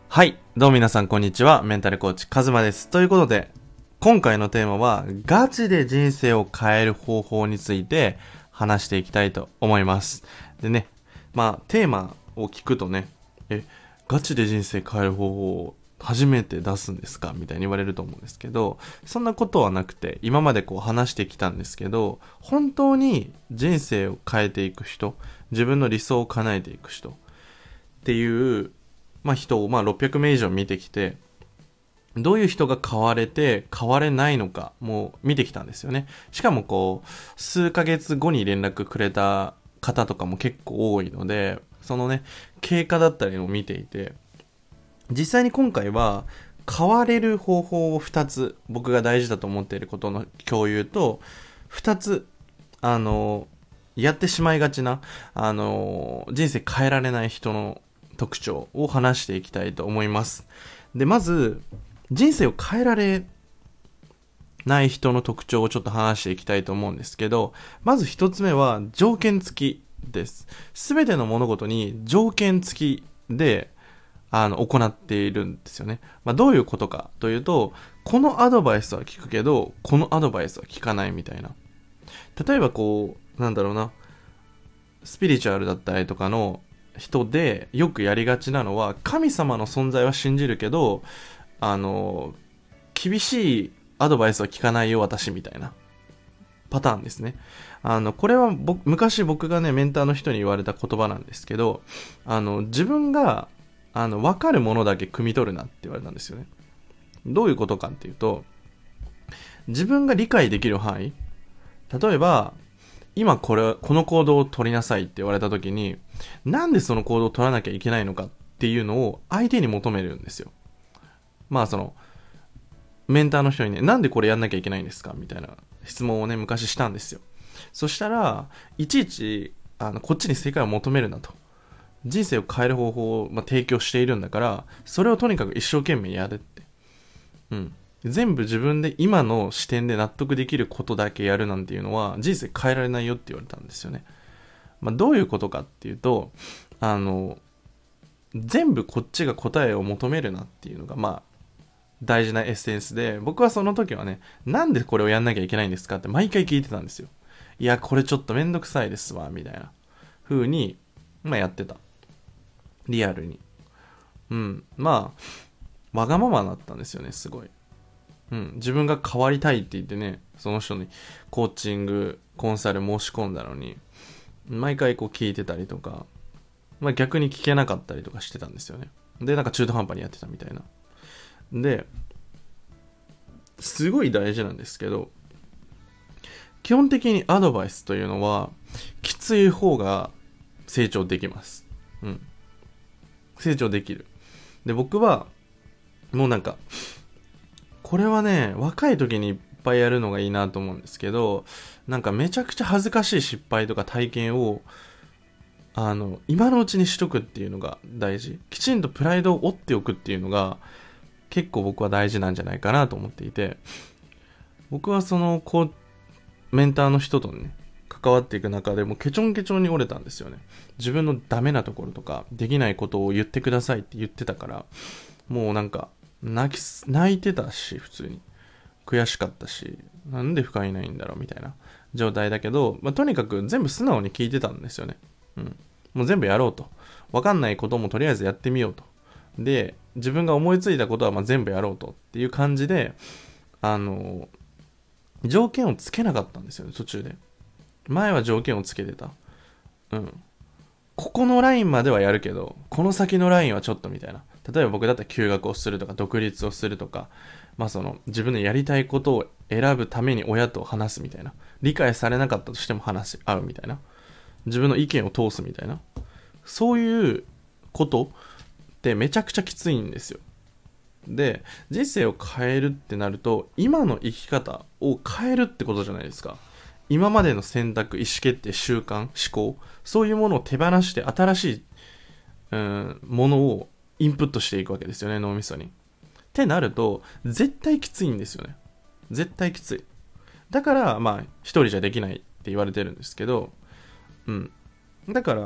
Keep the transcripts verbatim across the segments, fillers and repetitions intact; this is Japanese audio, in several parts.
はい。どうも皆さんこんにちは。メンタルコーチカズマです。ということで、今回のテーマはガチで人生を変える方法について話していきたいと思います。でね、まあテーマを聞くとね、え、ガチで人生変える方法を初めて出すんですかみたいに言われると思うんですけど、そんなことはなくて、今までこう話してきたんですけど、本当に人生を変えていく人、自分の理想を叶えていく人っていうまあ、人をまあろっぴゃくめい以上見てきて、どういう人が変われて変われないのかも見てきたんですよね。しかもこう数ヶ月後に連絡くれた方とかも結構多いので、そのね経過だったりを見ていて、実際に今回は変われる方法をふたつ、僕が大事だと思っていることの共有と、ふたつあのやってしまいがちなあの人生変えられない人の特徴を話していきたいと思います。で、まず人生を変えられない人の特徴をちょっと話していきたいと思うんですけど、まず一つ目は条件付きです。すべての物事に条件付きであの行っているんですよね。まあ、どういうことかというと、このアドバイスは聞くけどこのアドバイスは聞かないみたいな。例えばこうなんだろうな、スピリチュアルだったりとかの人でよくやりがちなのは、神様の存在は信じるけどあの厳しいアドバイスは聞かないよ私みたいなパターンですね。あのこれは僕昔僕がねメンターの人に言われた言葉なんですけど、あの自分があの分かるものだけ汲み取るなって言われたんですよね。どういうことかっていうと、自分が理解できる範囲、例えば今これこの行動を取りなさいって言われた時に、なんでその行動を取らなきゃいけないのかっていうのを相手に求めるんですよ。まあそのメンターの人にね、なんでこれやんなきゃいけないんですかみたいな質問をね昔したんですよ。そしたらいちいちあのこっちに正解を求めるなと、人生を変える方法を、まあ、提供しているんだから、それをとにかく一生懸命やれって、うん全部自分で今の視点で納得できることだけやるなんていうのは人生変えられないよって言われたんですよね。まあ、どういうことかっていうと、あの全部こっちが答えを求めるなっていうのがまあ大事なエッセンスで、僕はその時はね、なんでこれをやんなきゃいけないんですかって毎回聞いてたんですよ。いやこれちょっとめんどくさいですわみたいな風にまあやってた、リアルに。うんまあわがままだったんですよね、すごい。うん、自分が変わりたいって言ってね、その人にコーチングコンサル申し込んだのに、毎回こう聞いてたりとか、まあ、逆に聞けなかったりとかしてたんですよね。でなんか中途半端にやってたみたいな。ですごい大事なんですけど、基本的にアドバイスというのはきつい方が成長できます。うん成長できる。で僕はもうなんかこれはね若い時にいっぱいやるのがいいなと思うんですけど、なんかめちゃくちゃ恥ずかしい失敗とか体験をあの今のうちにしとくっていうのが大事。きちんとプライドを折っておくっていうのが結構僕は大事なんじゃないかなと思っていて、僕はそのこうメンターの人とね関わっていく中でもケチョンケチョンに折れたんですよね。自分のダメなところとかできないことを言ってくださいって言ってたから、もうなんか泣き泣いてたし、普通に悔しかったし、なんで深いないんだろうみたいな状態だけど、まあ、とにかく全部素直に聞いてたんですよね。うん、もう全部やろうと、分かんないこともとりあえずやってみようと、で自分が思いついたことはまあ全部やろうとっていう感じで、あの条件をつけなかったんですよね、途中で。前は条件をつけてた。うんここのラインまではやるけどこの先のラインはちょっとみたいな。例えば僕だったら休学をするとか独立をするとか、まあその自分のやりたいことを選ぶために親と話すみたいな、理解されなかったとしても話し合うみたいな、自分の意見を通すみたいな、そういうことってめちゃくちゃきついんですよ。で人生を変えるってなると今の生き方を変えるってことじゃないですか。今までの選択、意思決定、習慣、思考、そういうものを手放して新しい、うん、ものをインプットしていくわけですよね、脳みそに。ってなると絶対きついんですよね。絶対きつい。だからまあ一人じゃできないって言われてるんですけど、うんだから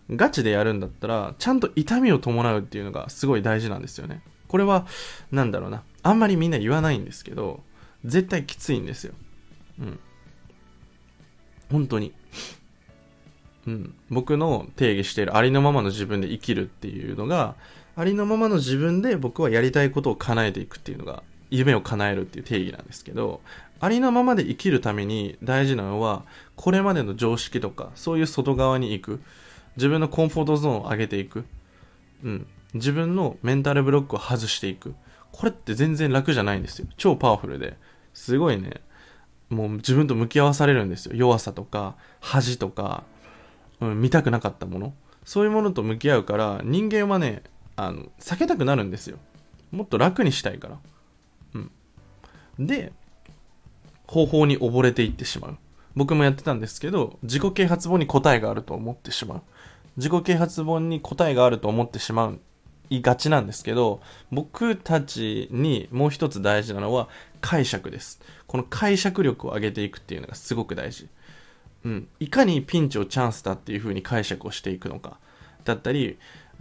ガチでやるんだったら、ちゃんと痛みを伴うっていうのがすごい大事なんですよね。これは、なんだろうな。あんまりみんな言わないんですけど、絶対きついんですよ。うん。本当に。うん。僕の定義しているありのままの自分で生きるっていうのが、ありのままの自分で僕はやりたいことを叶えていくっていうのが、夢を叶えるっていう定義なんですけど、ありのままで生きるために大事なのは、これまでの常識とか、そういう外側に行く。自分のコンフォートゾーンを上げていく。うん。自分のメンタルブロックを外していく。これって全然楽じゃないんですよ。超パワフルで。すごいね、もう自分と向き合わされるんですよ。弱さとか、恥とか、うん、見たくなかったもの。そういうものと向き合うから、人間はね、あの、避けたくなるんですよ。もっと楽にしたいから。うん。で、方法に溺れていってしまう。僕もやってたんですけど、自己啓発本に答えがあると思ってしまう。自己啓発本に答えがあると思ってしまう、いがちなんですけど、僕たちにもう一つ大事なのは解釈です。この解釈力を上げていくっていうのがすごく大事。うん。いかにピンチをチャンスだっていう風に解釈をしていくのか。だったり、うん、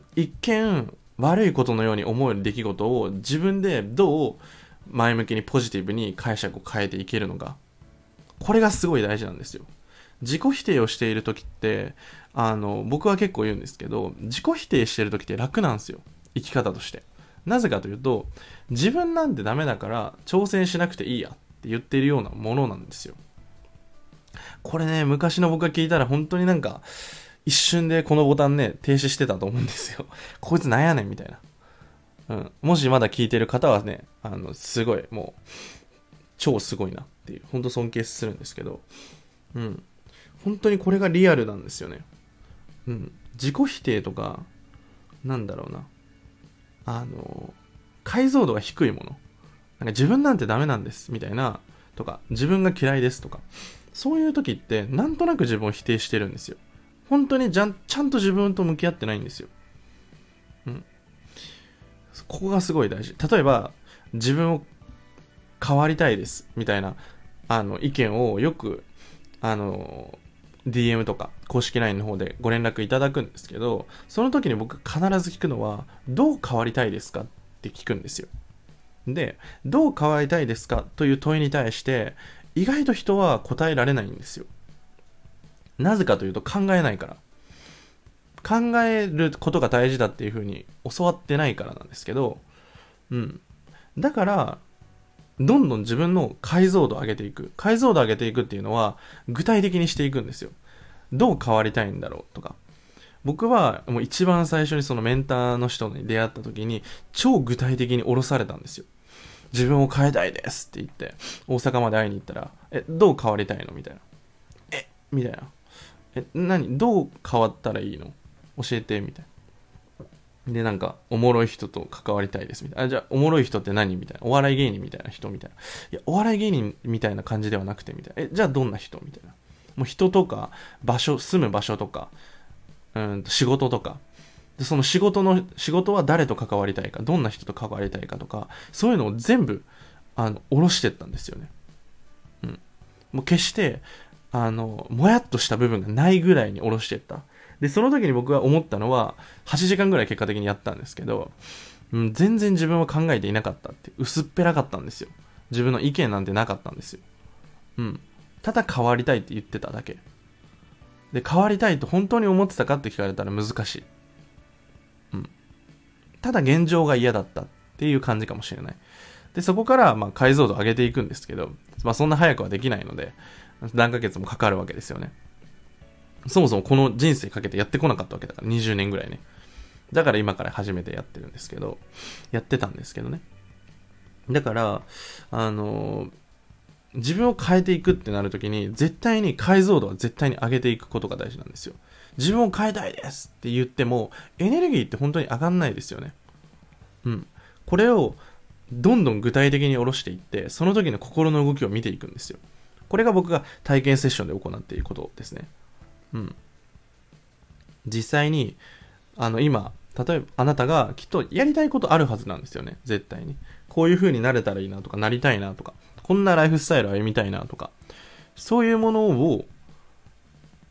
一見悪いことのように思える出来事を自分でどう前向きにポジティブに解釈を変えていけるのか。これがすごい大事なんですよ。自己否定をしている時って、あの、僕は結構言うんですけど、自己否定している時って楽なんですよ。生き方として。なぜかというと、自分なんてダメだから挑戦しなくていいやって言っているようなものなんですよ。これね、昔の僕が聞いたら本当になんか、一瞬でこのボタンね、停止してたと思うんですよ。こいつなんやねんみたいな。うん。もしまだ聞いてる方はね、あの、すごい、もう、超すごいなっていう、本当尊敬するんですけど、うん。本当にこれがリアルなんですよね。うん。自己否定とか、なんだろうな。あの、解像度が低いもの。なんか自分なんてダメなんです、みたいな、とか、自分が嫌いですとか、そういう時って、なんとなく自分を否定してるんですよ。本当にじゃん、ちゃんと自分と向き合ってないんですよ。うん。ここがすごい大事。例えば、自分を変わりたいです、みたいな、あの、意見をよく、あの、ディーエム とか公式 ライン の方でご連絡いただくんですけど、その時に僕必ず聞くのは、どう変わりたいですかって聞くんですよ。で、どう変わりたいですかという問いに対して、意外と人は答えられないんですよ。なぜかというと考えないから。考えることが大事だっていう風に教わってないからなんですけど、うん。だから、どんどん自分の解像度を上げていく。解像度を上げていくっていうのは、具体的にしていくんですよ。どう変わりたいんだろうとか。僕はもう一番最初にそのメンターの人に出会った時に、超具体的に降ろされたんですよ。自分を変えたいですって言って、大阪まで会いに行ったら、え、どう変わりたいのみたいな。えみたいな。え、何どう変わったらいいの教えてみたいな。で、なんか、おもろい人と関わりたいですみたいな。あ、じゃあ、おもろい人って何みたいな。お笑い芸人みたいな人みたいな。いや、お笑い芸人みたいな感じではなくてみたいな。え、じゃあどんな人みたいな。もう人とか、場所、住む場所とか、うんと仕事とか。で、その仕事の、仕事は誰と関わりたいか、どんな人と関わりたいかとか、そういうのを全部、あの、下ろしてったんですよね。うん。もう決して、あの、もやっとした部分がないぐらいに下ろしてった。で、その時に僕が思ったのは、はちじかんぐらい結果的にやったんですけど、うん、全然自分は考えていなかったって、薄っぺらかったんですよ。自分の意見なんてなかったんですよ。うん。ただ変わりたいって言ってただけ。で、変わりたいと本当に思ってたかって聞かれたら難しい。うん。ただ現状が嫌だったっていう感じかもしれない。で、そこから、まあ、解像度を上げていくんですけど、まあ、そんな早くはできないので、何ヶ月もかかるわけですよね。そもそもこの人生かけてやってこなかったわけだから、にじゅうねんぐらいね。だから今から初めてやってるんですけど、やってたんですけどね。だから、あのー、自分を変えていくってなるときに、絶対に解像度は絶対に上げていくことが大事なんですよ。自分を変えたいですって言っても、エネルギーって本当に上がんないですよね。うん。これを、どんどん具体的に下ろしていって、その時の心の動きを見ていくんですよ。これが僕が体験セッションで行っていることですね。うん。実際に、あの、今、例えばあなたがきっとやりたいことあるはずなんですよね。絶対に。こういう風になれたらいいなとか、なりたいなとか、こんなライフスタイルを歩みたいなとか、そういうものを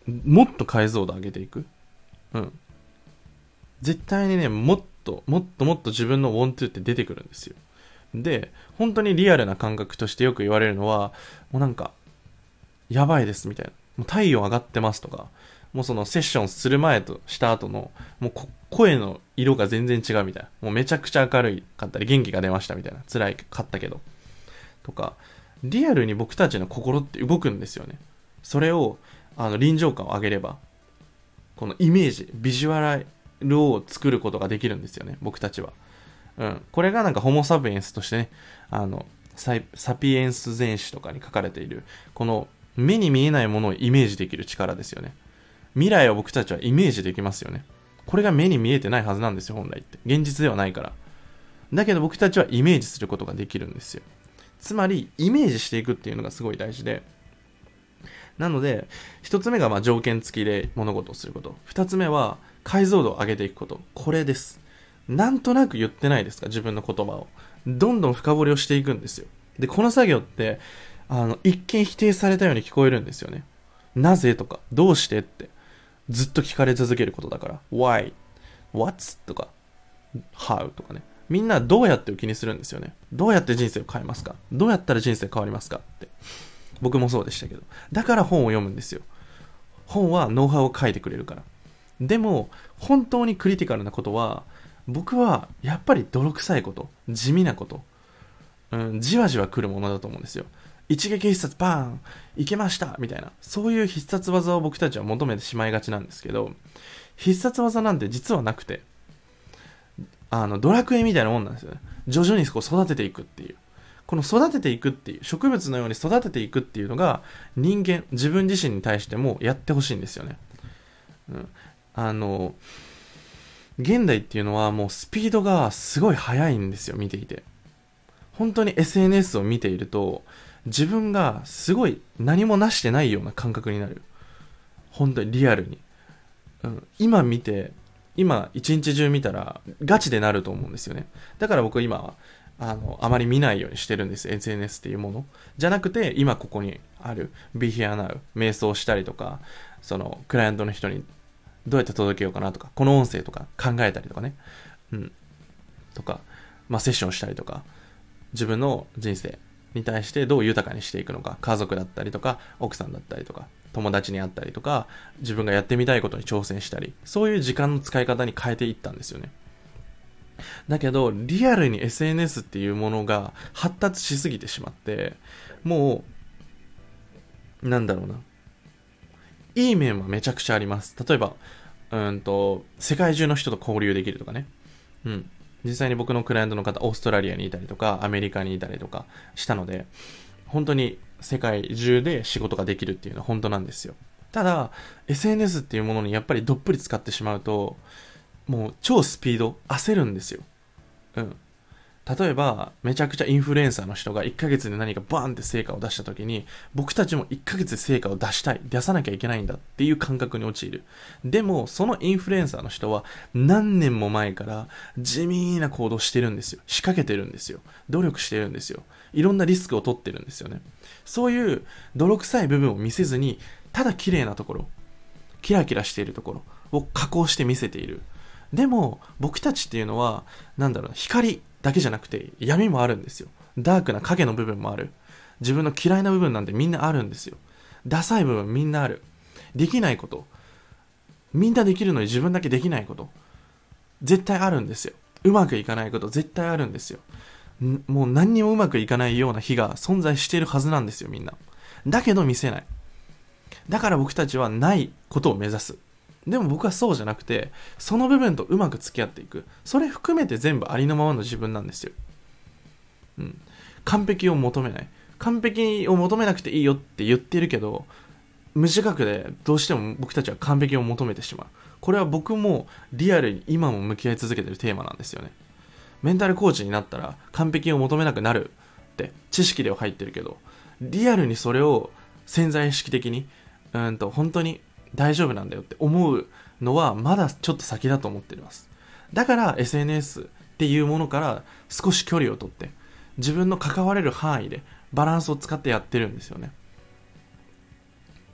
もっと解像度上げていく。うん。絶対にね、もっと、もっともっと自分の want to って出てくるんですよ。で、本当にリアルな感覚としてよく言われるのは、もうなんか、やばいですみたいな。もう体温上がってますとか、もうそのセッションする前とした後の、もう声の色が全然違うみたいな。もうめちゃくちゃ明るいかったり、元気が出ましたみたいな。辛いかったけど。とか、リアルに僕たちの心って動くんですよね。それを、あの、臨場感を上げれば、このイメージ、ビジュアラルを作ることができるんですよね、僕たちは。うん。これがなんかホモサピエンスとしてね、あの、サイサピエンス全史とかに書かれている、この目に見えないものをイメージできる力ですよね。未来を僕たちはイメージできますよね。これが目に見えてないはずなんですよ、本来って。現実ではないから。だけど僕たちはイメージすることができるんですよ。つまり、イメージしていくっていうのがすごい大事で、なので、一つ目がまあ条件付きで物事をすること。二つ目は解像度を上げていくこと。これです。なんとなく言ってないですか、自分の言葉を。どんどん深掘りをしていくんですよ。で、この作業って、あの、一見否定されたように聞こえるんですよね。なぜとか、どうしてって、ずっと聞かれ続けることだから。why? what? とか、how? とかね。みんなどうやってを気にするんですよね。どうやって人生を変えますか？どうやったら人生変わりますかって。僕もそうでしたけど。だから本を読むんですよ。本はノウハウを書いてくれるから。でも、本当にクリティカルなことは、僕はやっぱり泥臭いこと、地味なこと、うん、じわじわ来るものだと思うんですよ。一撃必殺バーンいけましたみたいな、そういう必殺技を僕たちは求めてしまいがちなんですけど、必殺技なんて実はなくて、あのドラクエみたいなもんなんですよね。徐々にこう育てていくっていう、この育てていくっていう、植物のように育てていくっていうのが人間、自分自身に対してもやってほしいんですよね。うん、あの現代っていうのはもうスピードがすごい速いんですよ、見ていて。本当に エスエヌエス を見ていると、自分がすごい何もなしてないような感覚になる。本当にリアルに。うん、今見て、今一日中見たらガチでなると思うんですよね。だから僕今は、あの、あまり見ないようにしてるんです。エスエヌエス っていうもの。じゃなくて、今ここにある Be Here Now、瞑想したりとか、その、クライアントの人にどうやって届けようかなとか、この音声とか考えたりとかね。うん。とか、まあ、セッションしたりとか、自分の人生に対してどう豊かにしていくのか、家族だったりとか、奥さんだったりとか、友達に会ったりとか、自分がやってみたいことに挑戦したり、そういう時間の使い方に変えていったんですよね。だけど、リアルに エスエヌエス っていうものが発達しすぎてしまって、もう、なんだろうな。いい面はめちゃくちゃあります。例えば、うんと、世界中の人と交流できるとかね。うん。実際に僕のクライアントの方、オーストラリアにいたりとか、アメリカにいたりとかしたので、本当に世界中で仕事ができるっていうのは本当なんですよ。ただ、エスエヌエス っていうものにやっぱりどっぷり使ってしまうと、もう超スピード、焦るんですよ。うん。例えば、めちゃくちゃインフルエンサーの人がいっかげつで何かバーンって成果を出した時に、僕たちもいっかげつで成果を出したい、出さなきゃいけないんだっていう感覚に陥る。でも、そのインフルエンサーの人は何年も前から地味な行動してるんですよ。仕掛けてるんですよ。努力してるんですよ。いろんなリスクを取ってるんですよね。そういう泥臭い部分を見せずに、ただ綺麗なところ、キラキラしているところを加工して見せている。でも、僕たちっていうのは、なんだろうな、光だけじゃなくて闇もあるんですよ。ダークな影の部分もある。自分の嫌いな部分なんてみんなあるんですよ。ダサい部分みんなある。できないこと。みんなできるのに自分だけできないこと。絶対あるんですよ。うまくいかないこと絶対あるんですよ。もう何にもうまくいかないような日が存在しているはずなんですよ、みんな。だけど見せない。だから僕たちはないことを目指す。でも僕はそうじゃなくて、その部分とうまく付き合っていく。それ含めて全部ありのままの自分なんですよ。うん。完璧を求めない。完璧を求めなくていいよって言ってるけど、無自覚でどうしても僕たちは完璧を求めてしまう。これは僕もリアルに今も向き合い続けているテーマなんですよね。メンタルコーチになったら完璧を求めなくなるって知識では入ってるけど、リアルにそれを潜在意識的に、うんと本当に大丈夫なんだよって思うのはまだちょっと先だと思っています。だから エスエヌエス っていうものから少し距離をとって自分の関われる範囲でバランスを使ってやってるんですよね。うん。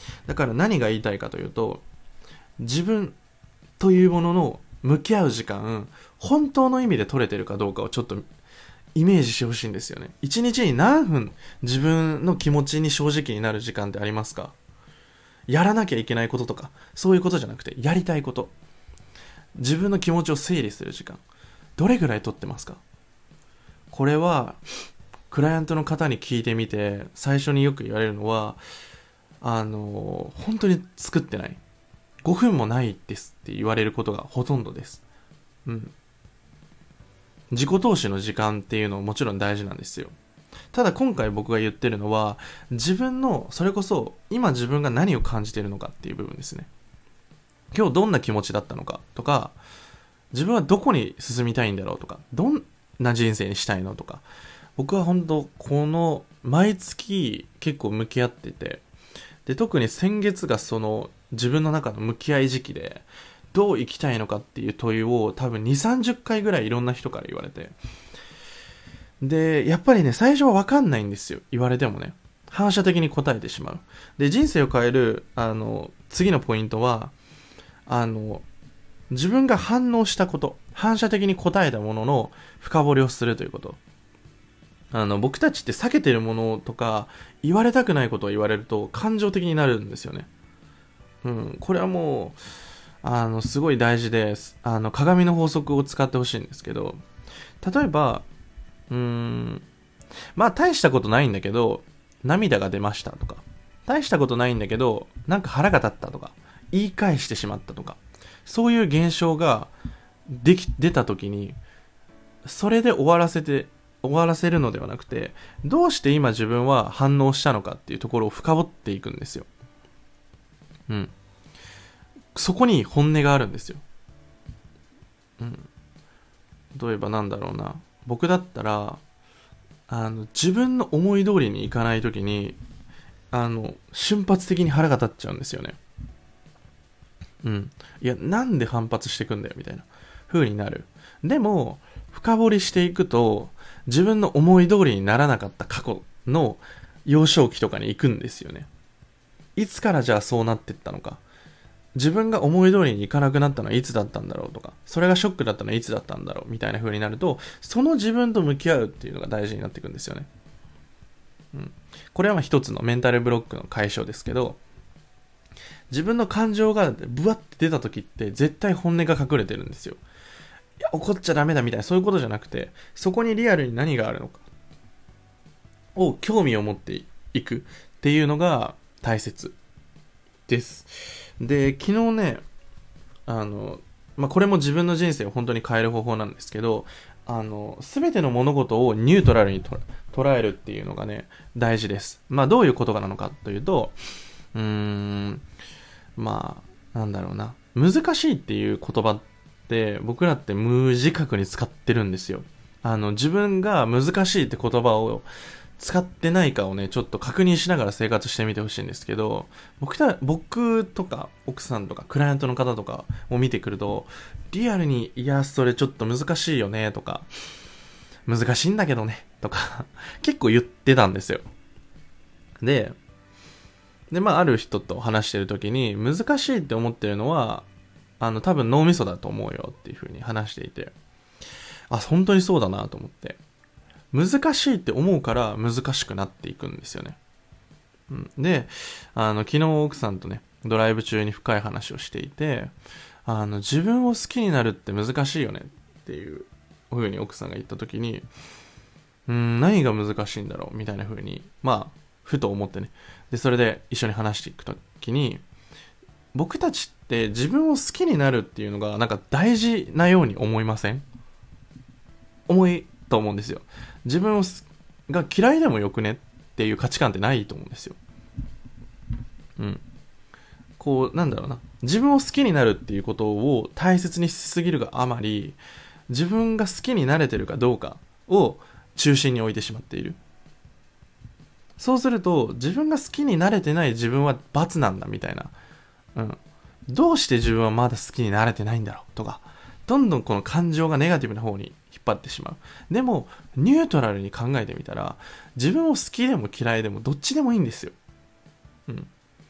だから何が言いたいかというと、自分というものの向き合う時間、本当の意味で取れてるかどうかをちょっとイメージしてほしいんですよね。一日に何分自分の気持ちに正直になる時間ってありますか？やらなきゃいけないこととか、そういうことじゃなくて、やりたいこと。自分の気持ちを整理する時間。どれぐらい取ってますか？これは、クライアントの方に聞いてみて、最初によく言われるのは、あの、本当に作ってない。ごふんもないですって言われることがほとんどです。うん。自己投資の時間っていうのももちろん大事なんですよ。ただ今回僕が言ってるのは、自分の、それこそ今自分が何を感じているのかっていう部分ですね。今日どんな気持ちだったのかとか、自分はどこに進みたいんだろうとか、どんな人生にしたいのとか、僕は本当この毎月結構向き合ってて、で特に先月がその自分の中の向き合い時期で、どう生きたいのかっていう問いを多分にじゅう、さんじゅっかいぐらいいろんな人から言われて、でやっぱりね、最初は分かんないんですよ。言われてもね、反射的に答えてしまう。で人生を変えるあの次のポイントは、あの自分が反応したこと、反射的に答えたものの深掘りをするということ。あの僕たちって避けてるものとか、言われたくないことを言われると感情的になるんですよね。うん、これはもうあのすごい大事です。あの鏡の法則を使ってほしいんですけど、例えばうーんまあ大したことないんだけど涙が出ましたとか、大したことないんだけどなんか腹が立ったとか、言い返してしまったとか、そういう現象ができ出た時に、それで終わらせて終わらせるのではなくて、どうして今自分は反応したのかっていうところを深掘っていくんですよ。うん。そこに本音があるんですよ。うん。例えばなんだろうな。僕だったら、あの、自分の思い通りにいかないときに、あの、瞬発的に腹が立っちゃうんですよね。うん。いや、なんで反発してくんだよ、みたいな風になる。でも、深掘りしていくと、自分の思い通りにならなかった過去の幼少期とかに行くんですよね。いつからじゃあそうなってったのか。自分が思い通りにいかなくなったのはいつだったんだろうとか、それがショックだったのはいつだったんだろうみたいな風になると、その自分と向き合うっていうのが大事になっていくんですよね。うん。これはまあ一つのメンタルブロックの解消ですけど、自分の感情がブワッて出た時って絶対本音が隠れてるんですよ。いや、怒っちゃダメだみたいな、そういうことじゃなくて、そこにリアルに何があるのかを興味を持っていくっていうのが大切です。で、昨日ね、あの、まあ、これも自分の人生を本当に変える方法なんですけど、あの、すべての物事をニュートラルにと捉えるっていうのがね、大事です。まあ、どういうことなのかというと、うーん、まあ、なんだろうな。難しいっていう言葉って僕らって無自覚に使ってるんですよ。あの、自分が難しいって言葉を使ってないかをね、ちょっと確認しながら生活してみてほしいんですけど、僕た、僕とか奥さんとかクライアントの方とかを見てくると、リアルに、いや、それちょっと難しいよね、とか、難しいんだけどね、とか、結構言ってたんですよ。で、で、まあ、ある人と話してるときに、難しいって思ってるのは、あの、多分脳みそだと思うよっていう風に話していて、あ、本当にそうだなと思って。難しいって思うから難しくなっていくんですよね。うん、で、あの、昨日奥さんとね、ドライブ中に深い話をしていて、あの、自分を好きになるって難しいよねっていう風に奥さんが言ったときに、うーん、何が難しいんだろうみたいな風に、まあ、ふと思ってね。で、それで一緒に話していくときに、僕たちって自分を好きになるっていうのがなんか大事なように思いません？重いと思うんですよ。自分をが嫌いでもよくねっていう価値観ってないと思うんですよ。うん。こう、なんだろうな。自分を好きになるっていうことを大切にしすぎるがあまり、自分が好きになれてるかどうかを中心に置いてしまっている。そうすると、自分が好きになれてない自分は罰なんだみたいな。うん。どうして自分はまだ好きになれてないんだろうとか、どんどんこの感情がネガティブな方に引っ張ってしまう。でも、ニュートラルに考えてみたら、自分を好きでも嫌いでもどっちでもいいんですよ。うん。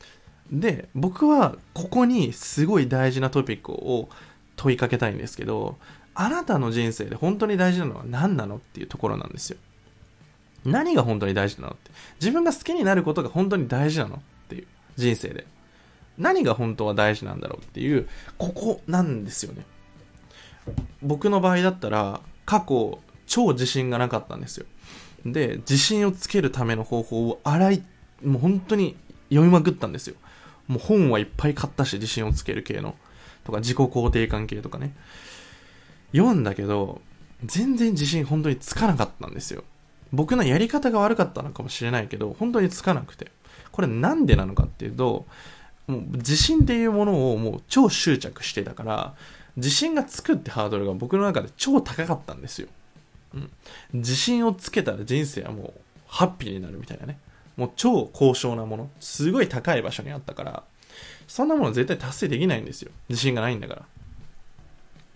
で、僕はここにすごい大事なトピックを問いかけたいんですけど、あなたの人生で本当に大事なのは何なのっていうところなんですよ。何が本当に大事なのって。自分が好きになることが本当に大事なのっていう。人生で。何が本当は大事なんだろうっていう、ここなんですよね。僕の場合だったら、過去、超自信がなかったんですよ。で、自信をつけるための方法を洗い、もう本当に読みまくったんですよ。もう本はいっぱい買ったし、自信をつける系の。とか、自己肯定感系とかね。読んだけど、全然自信本当につかなかったんですよ。僕のやり方が悪かったのかもしれないけど、本当につかなくて。これなんでなのかっていうと、もう自信っていうものをもう超執着してたから、自信がつくってハードルが僕の中で超高かったんですよ。うん、自信をつけたら人生はもうハッピーになるみたいなね。もう超高尚なもの。すごい高い場所にあったから、そんなもの絶対達成できないんですよ。自信がないんだから。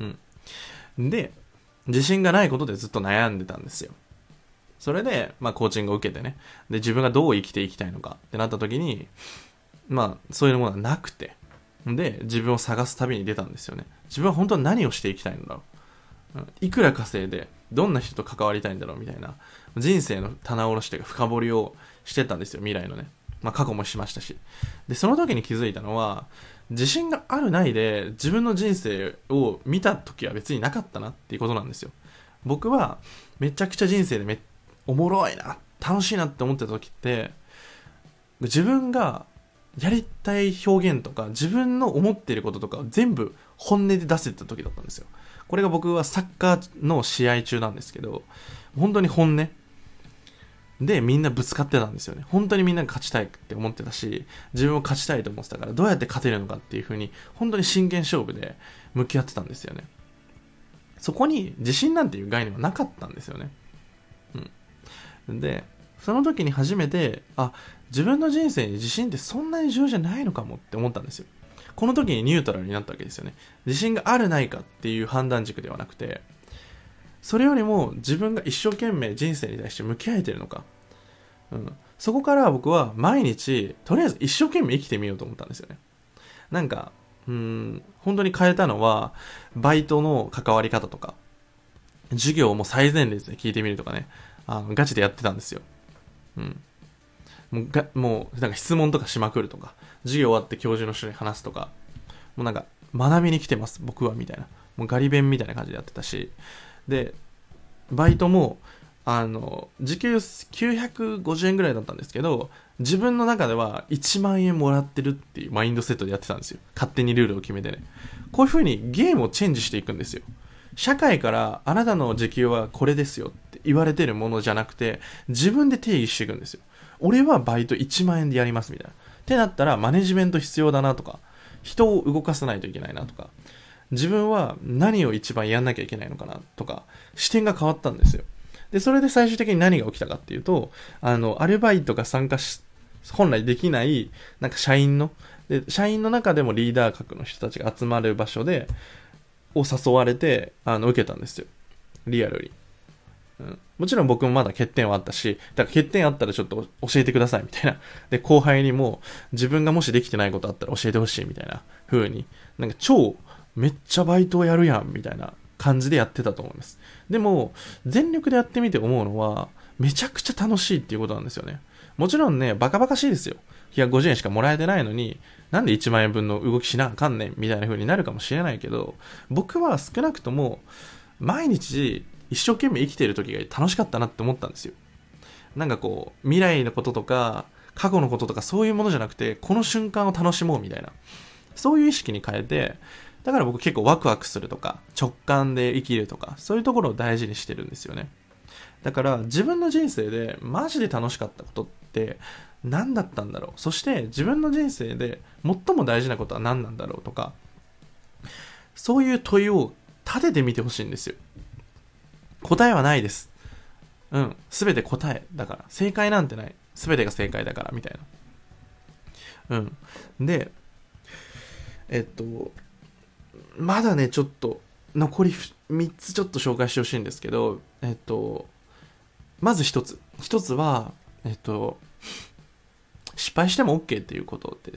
うん。で、自信がないことでずっと悩んでたんですよ。それで、まあコーチングを受けてね。で、自分がどう生きていきたいのかってなった時に、まあそういうものはなくて。で、自分を探す旅に出たんですよね。自分は本当は何をしていきたいんだろう。いくら稼いで、どんな人と関わりたいんだろうみたいな。人生の棚卸しというか深掘りをしてたんですよ、未来のね。まあ過去もしましたし。で、その時に気づいたのは、自信があるないで自分の人生を見た時は別になかったなっていうことなんですよ。僕はめちゃくちゃ人生でめおもろいな、楽しいなって思ってた時って、自分がやりたい表現とか自分の思っていることとかを全部本音で出せた時だったんですよ。これが僕はサッカーの試合中なんですけど、本当に本音でみんなぶつかってたんですよね。本当にみんなが勝ちたいって思ってたし、自分も勝ちたいと思ってたから、どうやって勝てるのかっていう風に本当に真剣勝負で向き合ってたんですよね。そこに自信なんていう概念はなかったんですよね。うん。で、その時に初めて、あ、自分の人生に自信ってそんなに重要じゃないのかもって思ったんですよ。この時にニュートラルになったわけですよね。自信があるないかっていう判断軸ではなくて、それよりも自分が一生懸命人生に対して向き合えてるのか、うん、そこから僕は毎日とりあえず一生懸命生きてみようと思ったんですよね。なんかうーん本当に変えたのはバイトの関わり方とか、授業も最前列で聞いてみるとかね、あのガチでやってたんですよ。うん、もうがもうなんか質問とかしまくるとか、授業終わって教授の人に話すとか、もうなんか学びに来てます僕はみたいな、もうガリ勉みたいな感じでやってたし、でバイトもあの時給きゅうひゃくごじゅうえんぐらいだったんですけど、自分の中ではいちまんえんもらってるっていうマインドセットでやってたんですよ。勝手にルールを決めてね。こういう風にゲームをチェンジしていくんですよ。社会からあなたの時給はこれですよって言われてるものじゃなくて、自分で定義していくんですよ。俺はバイトいちまんえんでやりますみたいな。ってなったらマネジメント必要だなとか、人を動かさないといけないなとか、自分は何を一番やんなきゃいけないのかなとか、視点が変わったんですよ。で、それで最終的に何が起きたかっていうと、あの、アルバイトが参加し、本来できない、なんか社員の、で、社員の中でもリーダー格の人たちが集まる場所で、を誘われて、あの、受けたんですよ。リアルに。うん、もちろん僕もまだ欠点はあったし、だから欠点あったらちょっと教えてくださいみたいな。で、後輩にも自分がもしできてないことあったら教えてほしいみたいな風に、なんか超めっちゃバイトをやるやんみたいな感じでやってたと思います。でも全力でやってみて思うのはめちゃくちゃ楽しいっていうことなんですよね。もちろんね、バカバカしいですよ。ひゃくごじゅうえんしかもらえてないのに、なんでいちまんえんぶんの動きしなあかんねんみたいな風になるかもしれないけど、僕は少なくとも毎日一生懸命生きている時が楽しかったなって思ったんですよ。なんかこう未来のこととか過去のこととかそういうものじゃなくて、この瞬間を楽しもうみたいな、そういう意識に変えて、だから僕結構ワクワクするとか直感で生きるとか、そういうところを大事にしてるんですよね。だから自分の人生でマジで楽しかったことって何だったんだろう、そして自分の人生で最も大事なことは何なんだろうとか、そういう問いを立ててみてほしいんですよ。答えはないです。うん。すべて答えだから。正解なんてない。すべてが正解だから、みたいな。うん。で、えっと、まだね、ちょっと、残りみっつちょっと紹介してほしいんですけど、えっと、まず一つ。一つは、えっと、失敗しても OK っていうことです。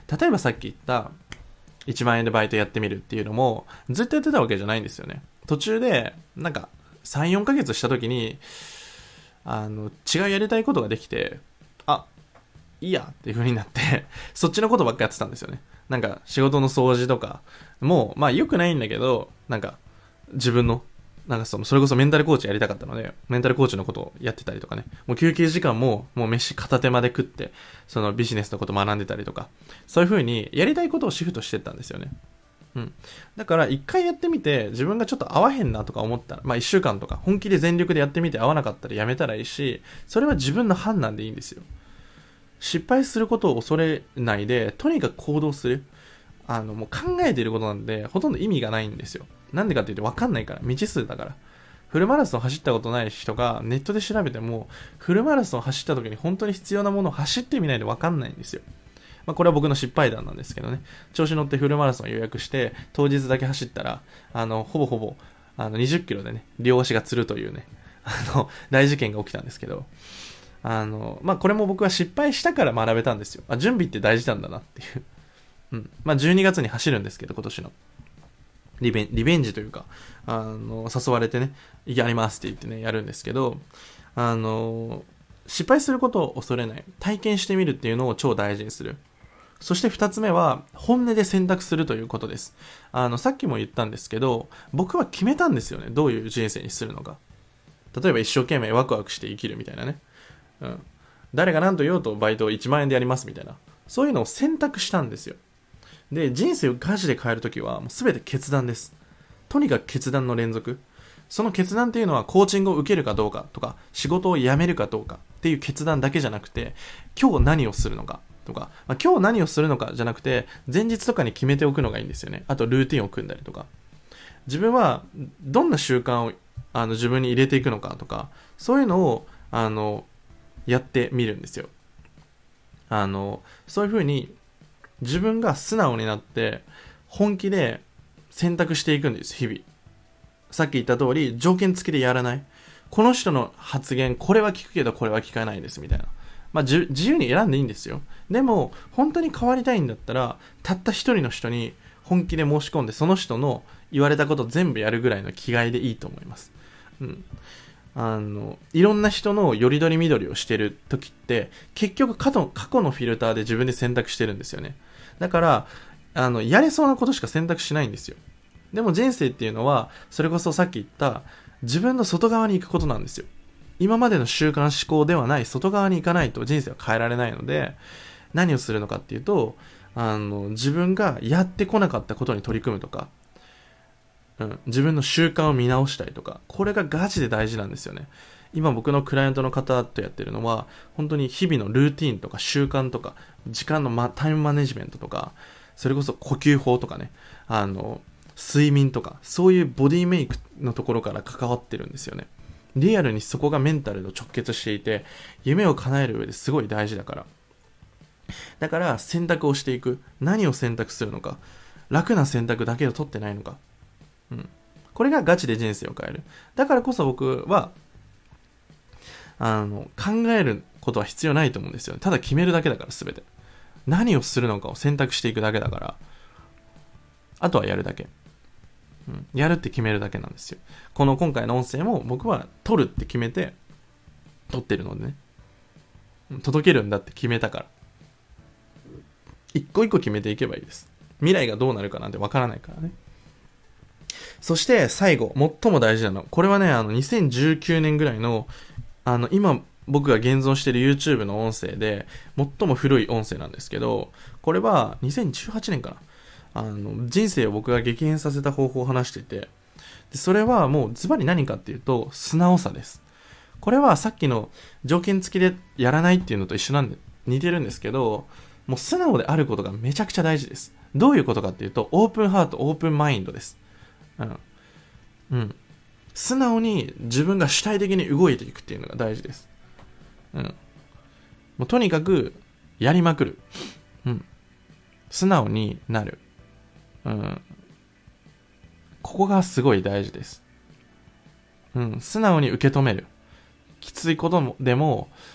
例えばさっき言ったいちまんえんでバイトやってみるっていうのもずっとやってたわけじゃないんですよね。途中でなんかさん、よんかげつした時にあの違うやりたいことができて、あ、いいやっていう風になってそっちのことばっかやってたんですよね。なんか仕事の掃除とかもまあ良くないんだけど、なんか自分のなんかそのそれこそメンタルコーチやりたかったので、メンタルコーチのことをやってたりとかね、もう休憩時間ももう飯片手まで食ってそのビジネスのこと学んでたりとか、そういう風にやりたいことをシフトしてったんですよね。うん。だから一回やってみて自分がちょっと合わへんなとか思ったら、まあ一週間とか本気で全力でやってみて合わなかったらやめたらいいし、それは自分の判断でいいんですよ。失敗することを恐れないで、とにかく行動する。あの、もう考えていることなんで、ほとんど意味がないんですよ。なんでかっていうと分かんないから。未知数だから。フルマラソン走ったことない人がネットで調べても、フルマラソン走った時に本当に必要なものを走ってみないと分かんないんですよ。まあこれは僕の失敗談なんですけどね。調子乗ってフルマラソン予約して、当日だけ走ったら、あの、ほぼほぼ、あの、にじゅっキロでね、両足がつるというね、あの、大事件が起きたんですけど、あの、まあこれも僕は失敗したから学べたんですよ。あ、準備って大事なんだなっていう。うん。まあじゅうにがつに走るんですけど、今年の。リベン、リベンジというか、あの、誘われてね、やりますって言ってね、やるんですけど、あの、失敗することを恐れない。体験してみるっていうのを超大事にする。そして二つ目は、本音で選択するということです。あの、さっきも言ったんですけど、僕は決めたんですよね。どういう人生にするのか。例えば一生懸命ワクワクして生きるみたいなね。うん。誰が何と言おうとバイトをいちまんえんでやりますみたいな。そういうのを選択したんですよ。で、人生をガチで変えるときは、もう全て決断です。とにかく決断の連続。その決断っていうのは、コーチングを受けるかどうかとか、仕事を辞めるかどうかっていう決断だけじゃなくて、今日何をするのかとか、まあ、今日何をするのかじゃなくて、前日とかに決めておくのがいいんですよね。あと、ルーティンを組んだりとか。自分は、どんな習慣をあの自分に入れていくのかとか、そういうのを、あの、やってみるんですよ。あの、そういうふうに、自分が素直になって本気で選択していくんです、日々。さっき言った通り条件付きでやらない。この人の発言これは聞くけどこれは聞かないですみたいな。まあ自由に選んでいいんですよ。でも本当に変わりたいんだったらたった一人の人に本気で申し込んでその人の言われたこと全部やるぐらいの気概でいいと思います。うん。あのいろんな人のよりどりみどりをしてる時って結局過去過去のフィルターで自分で選択してるんですよね。だからあのやれそうなことしか選択しないんですよ。でも人生っていうのはそれこそさっき言った自分の外側に行くことなんですよ。今までの習慣思考ではない外側に行かないと人生は変えられないので、何をするのかっていうと、あの自分がやってこなかったことに取り組むとか、うん、自分の習慣を見直したりとか、これがガチで大事なんですよね。今僕のクライアントの方とやってるのは本当に日々のルーティンとか習慣とか時間の、ま、タイムマネジメントとか、それこそ呼吸法とかね、あの睡眠とかそういうボディメイクのところから関わってるんですよね。リアルにそこがメンタルと直結していて、夢を叶える上ですごい大事だから。だから選択をしていく。何を選択するのか、楽な選択だけを取ってないのか、うん、これがガチで人生を変える。だからこそ僕はあの考えることは必要ないと思うんですよね。ただ決めるだけだから、全て何をするのかを選択していくだけだから、あとはやるだけ、うん、やるって決めるだけなんですよ。この今回の音声も僕は撮るって決めて撮ってるのでね、届けるんだって決めたから、一個一個決めていけばいいです。未来がどうなるかなんてわからないからね。そして最後、最も大事なの。これはね、あの、にせんじゅうきゅうねんぐらいの、あの、今、僕が現存している YouTube の音声で、最も古い音声なんですけど、これはにせんじゅうはちねんかな。あの、人生を僕が激変させた方法を話していて、でそれはもうズバリ何かっていうと、素直さです。これはさっきの条件付きでやらないっていうのと一緒なんで、似てるんですけど、もう素直であることがめちゃくちゃ大事です。どういうことかっていうと、オープンハート、オープンマインドです。うん。うん。素直に自分が主体的に動いていくっていうのが大事です。うん。もうとにかく、やりまくる。うん。素直になる。うん。ここがすごい大事です。うん。素直に受け止める。きついこともでも、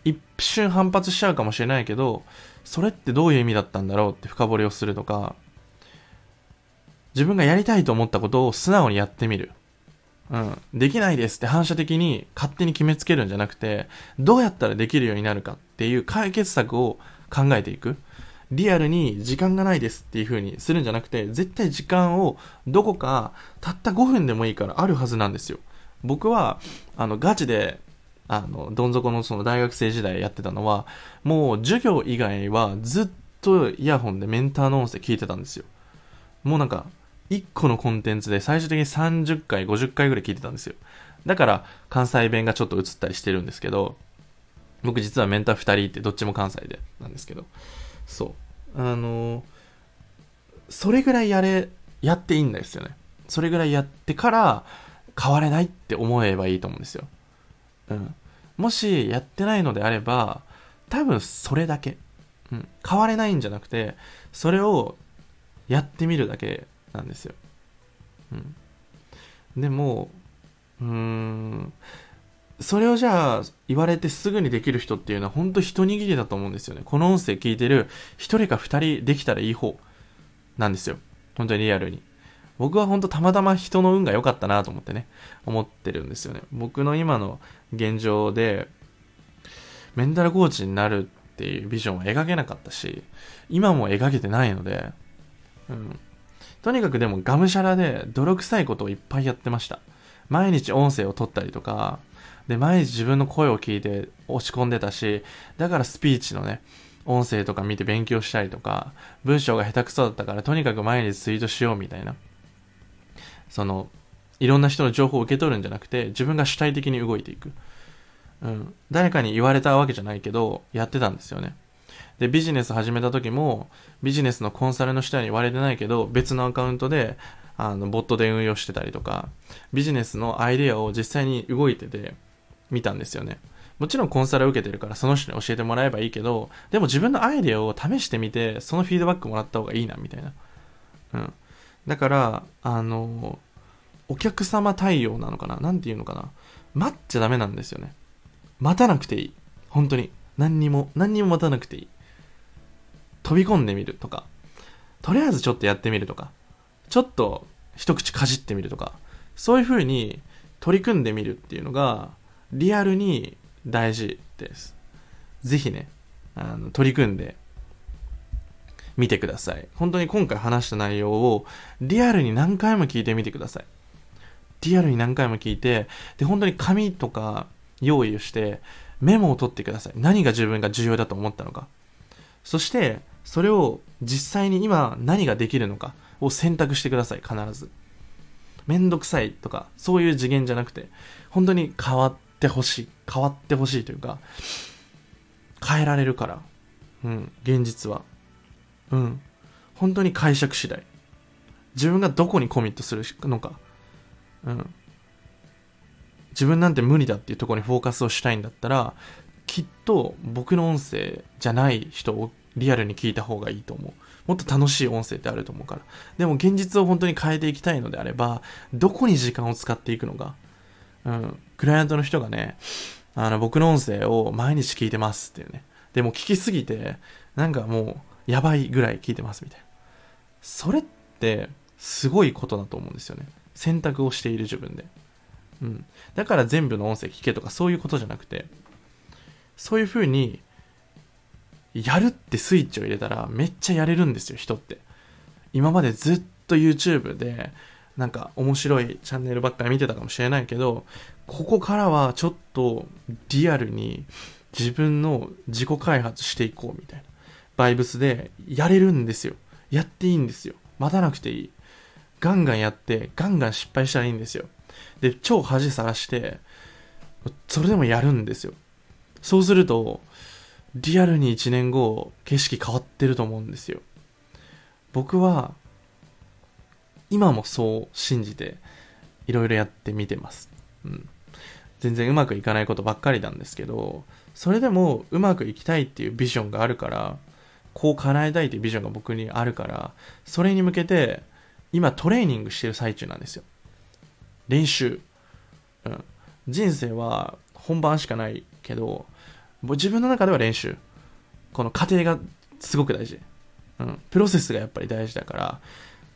一瞬反発しちゃうかもしれないけど、それってどういう意味だったんだろうって深掘りをするとか、自分がやりたいと思ったことを素直にやってみる。うん。できないですって反射的に勝手に決めつけるんじゃなくて、どうやったらできるようになるかっていう解決策を考えていく。リアルに時間がないですっていう風にするんじゃなくて、絶対時間をどこかたったごふんでもいいからあるはずなんですよ。僕は、あの、ガチで、あの、どん底のその大学生時代やってたのは、もう授業以外はずっとイヤホンでメンターの音声聞いてたんですよ。もうなんか、いっこのコンテンツで最終的にさんじゅっかい、ごじゅっかいぐらい聞いてたんですよ。だから関西弁がちょっと映ったりしてるんですけど、僕実はメンターふたりいてどっちも関西でなんですけど、そう。あのー、それぐらいやれ、やっていいんですよね。それぐらいやってから変われないって思えばいいと思うんですよ。うん。もしやってないのであれば、多分それだけ。うん。変われないんじゃなくて、それをやってみるだけなんですよ。うん。でも、うーん、それをじゃあ言われてすぐにできる人っていうのは本当一握りだと思うんですよね。この音声聞いてる一人か二人できたらいい方なんですよ。本当にリアルに。僕は本当たまたま人の運が良かったなと思ってね、思ってるんですよね。僕の今の現状でメンタルコーチになるっていうビジョンは描けなかったし、今も描けてないので、うん。とにかくでもがむしゃらで泥臭いことをいっぱいやってました。毎日音声を取ったりとか、で、毎日自分の声を聞いて落ち込んでたし、だからスピーチのね、音声とか見て勉強したりとか、文章が下手くそだったからとにかく毎日ツイートしようみたいな。その、いろんな人の情報を受け取るんじゃなくて、自分が主体的に動いていく。うん。誰かに言われたわけじゃないけど、やってたんですよね。で、ビジネス始めた時も、ビジネスのコンサルの人に言われてないけど、別のアカウントで、あの、ボットで運用してたりとか、ビジネスのアイデアを実際に動いてて、見たんですよね。もちろんコンサルを受けてるからその人に教えてもらえばいいけど、でも自分のアイデアを試してみて、そのフィードバックもらった方がいいな、みたいな。うん。だから、あの、お客様対応なのかな、なんていうのかな。待っちゃダメなんですよね。待たなくていい。本当に。何にも、何にも待たなくていい。飛び込んでみるとか、とりあえずちょっとやってみるとか、ちょっと一口かじってみるとか、そういう風に取り組んでみるっていうのが、リアルに大事です。ぜひね、あの取り組んでみてください。本当に今回話した内容をリアルに何回も聞いてみてください。リアルに何回も聞いて、で、本当に紙とか用意をしてメモを取ってください。何が自分が重要だと思ったのか。そして、それを実際に今何ができるのかを選択してください。必ず。めんどくさいとか、そういう次元じゃなくて、本当に変わってほしい。変わってほしいというか、変えられるから。うん、現実は。うん。本当に解釈次第。自分がどこにコミットするのか。うん。自分なんて無理だっていうところにフォーカスをしたいんだったら、きっと僕の音声じゃない人をリアルに聞いた方がいいと思う。もっと楽しい音声ってあると思うから。でも現実を本当に変えていきたいのであれば、どこに時間を使っていくのか。うん。クライアントの人がね、あの、僕の音声を毎日聞いてますっていうね。でも聞きすぎて、なんかもう、やばいぐらい聞いてますみたいな。それって、すごいことだと思うんですよね。選択をしている自分で。うん。だから全部の音声聞けとかそういうことじゃなくて、そういう風に、やるってスイッチを入れたらめっちゃやれるんですよ、人って。今までずっと YouTube でなんか面白いチャンネルばっかり見てたかもしれないけど、ここからはちょっとリアルに自分の自己開発していこうみたいなバイブスでやれるんですよ。やっていいんですよ。待たなくていい。ガンガンやってガンガン失敗したらいいんですよ。で、超恥さらしてそれでもやるんですよ。そうするとリアルにいちねんご景色変わってると思うんですよ。僕は今もそう信じていろいろやってみてます。うん。全然うまくいかないことばっかりなんですけど、それでもうまくいきたいっていうビジョンがあるから、こう叶えたいっていうビジョンが僕にあるから、それに向けて今トレーニングしてる最中なんですよ。練習。うん。人生は本番しかないけど、 もう自分の中では練習。この過程がすごく大事。うん。プロセスがやっぱり大事だから、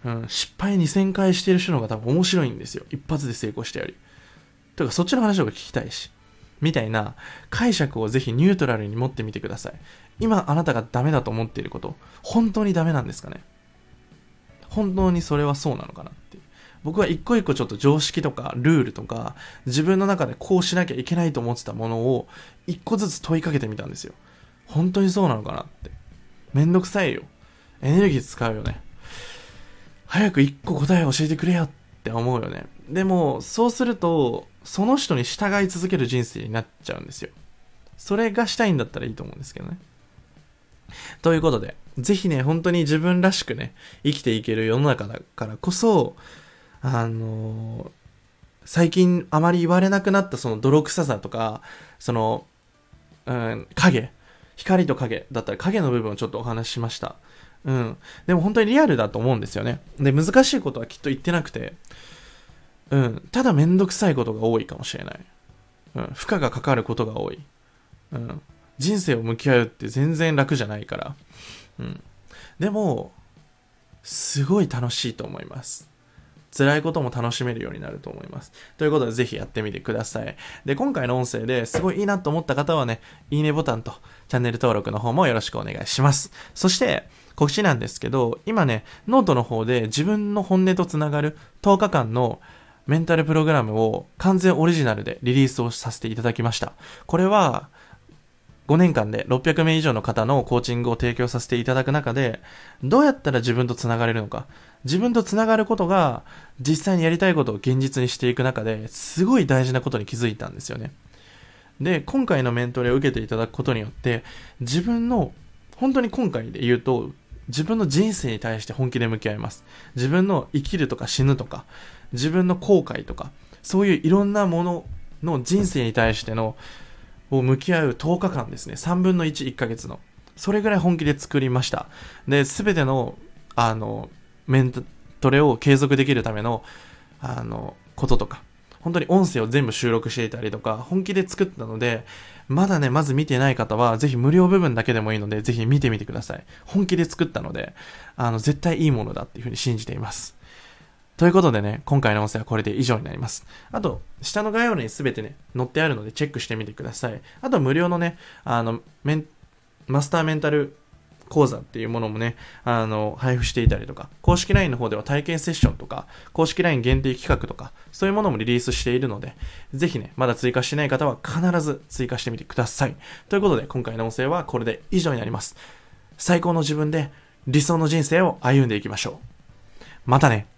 うん。失敗にせんかいしてる人の方が多分面白いんですよ。一発で成功したより。というかそっちの話の方が聞きたいし。みたいな解釈をぜひニュートラルに持ってみてください。今あなたがダメだと思っていること、本当にダメなんですかね？本当にそれはそうなのかなっていう。僕は一個一個ちょっと常識とかルールとか自分の中でこうしなきゃいけないと思ってたものを一個ずつ問いかけてみたんですよ。本当にそうなのかなって。めんどくさいよ。エネルギー使うよね。早く一個答えを教えてくれよって思うよね。でもそうするとその人に従い続ける人生になっちゃうんですよ。それがしたいんだったらいいと思うんですけどね。ということで、ぜひね、本当に自分らしくね、生きていける世の中だからこそ、あのー、最近あまり言われなくなったその泥臭さとか、その、うん、影、光と影だったら影の部分をちょっとお話ししました。うん。でも本当にリアルだと思うんですよね。で、難しいことはきっと言ってなくて、うん。ただめんどくさいことが多いかもしれない。うん。負荷がかかることが多い。うん。人生を向き合うって全然楽じゃないから。うん。でも、すごい楽しいと思います。辛いことも楽しめるようになると思います。ということで、ぜひやってみてください。で、今回の音声ですごいいいなと思った方はね、いいねボタンとチャンネル登録の方もよろしくお願いします。そして、告知なんですけど、今ね、ノートの方で自分の本音とつながるとおかかんのメンタルプログラムを完全オリジナルでリリースをさせていただきました。これは、ごねんかんでろっぴゃくめい以上の方のコーチングを提供させていただく中で、どうやったら自分とつながれるのか、自分とつながることが実際にやりたいことを現実にしていく中ですごい大事なことに気づいたんですよね。で、今回のメントレを受けていただくことによって、自分の、本当に今回で言うと、自分の人生に対して本気で向き合います。自分の生きるとか死ぬとか、自分の後悔とか、そういういろんなものの人生に対してのを向き合うとおかかんですね。さんぶんのいち、いっかげつの。それぐらい本気で作りました。で、すべての、あの、メントレを継続できるための、あの、こととか、本当に音声を全部収録していたりとか、本気で作ったので、まだね、まず見てない方は、ぜひ無料部分だけでもいいので、ぜひ見てみてください。本気で作ったので、あの、絶対いいものだっていうふうに信じています。ということでね、今回の音声はこれで以上になります。あと、下の概要欄にすべてね、載ってあるのでチェックしてみてください。あと、無料のね、あの、メン、マスターメンタル講座っていうものもね、あの、配布していたりとか、公式 ライン の方では体験セッションとか、公式 ライン 限定企画とか、そういうものもリリースしているので、ぜひね、まだ追加してない方は必ず追加してみてください。ということで、今回の音声はこれで以上になります。最高の自分で理想の人生を歩んでいきましょう。またね。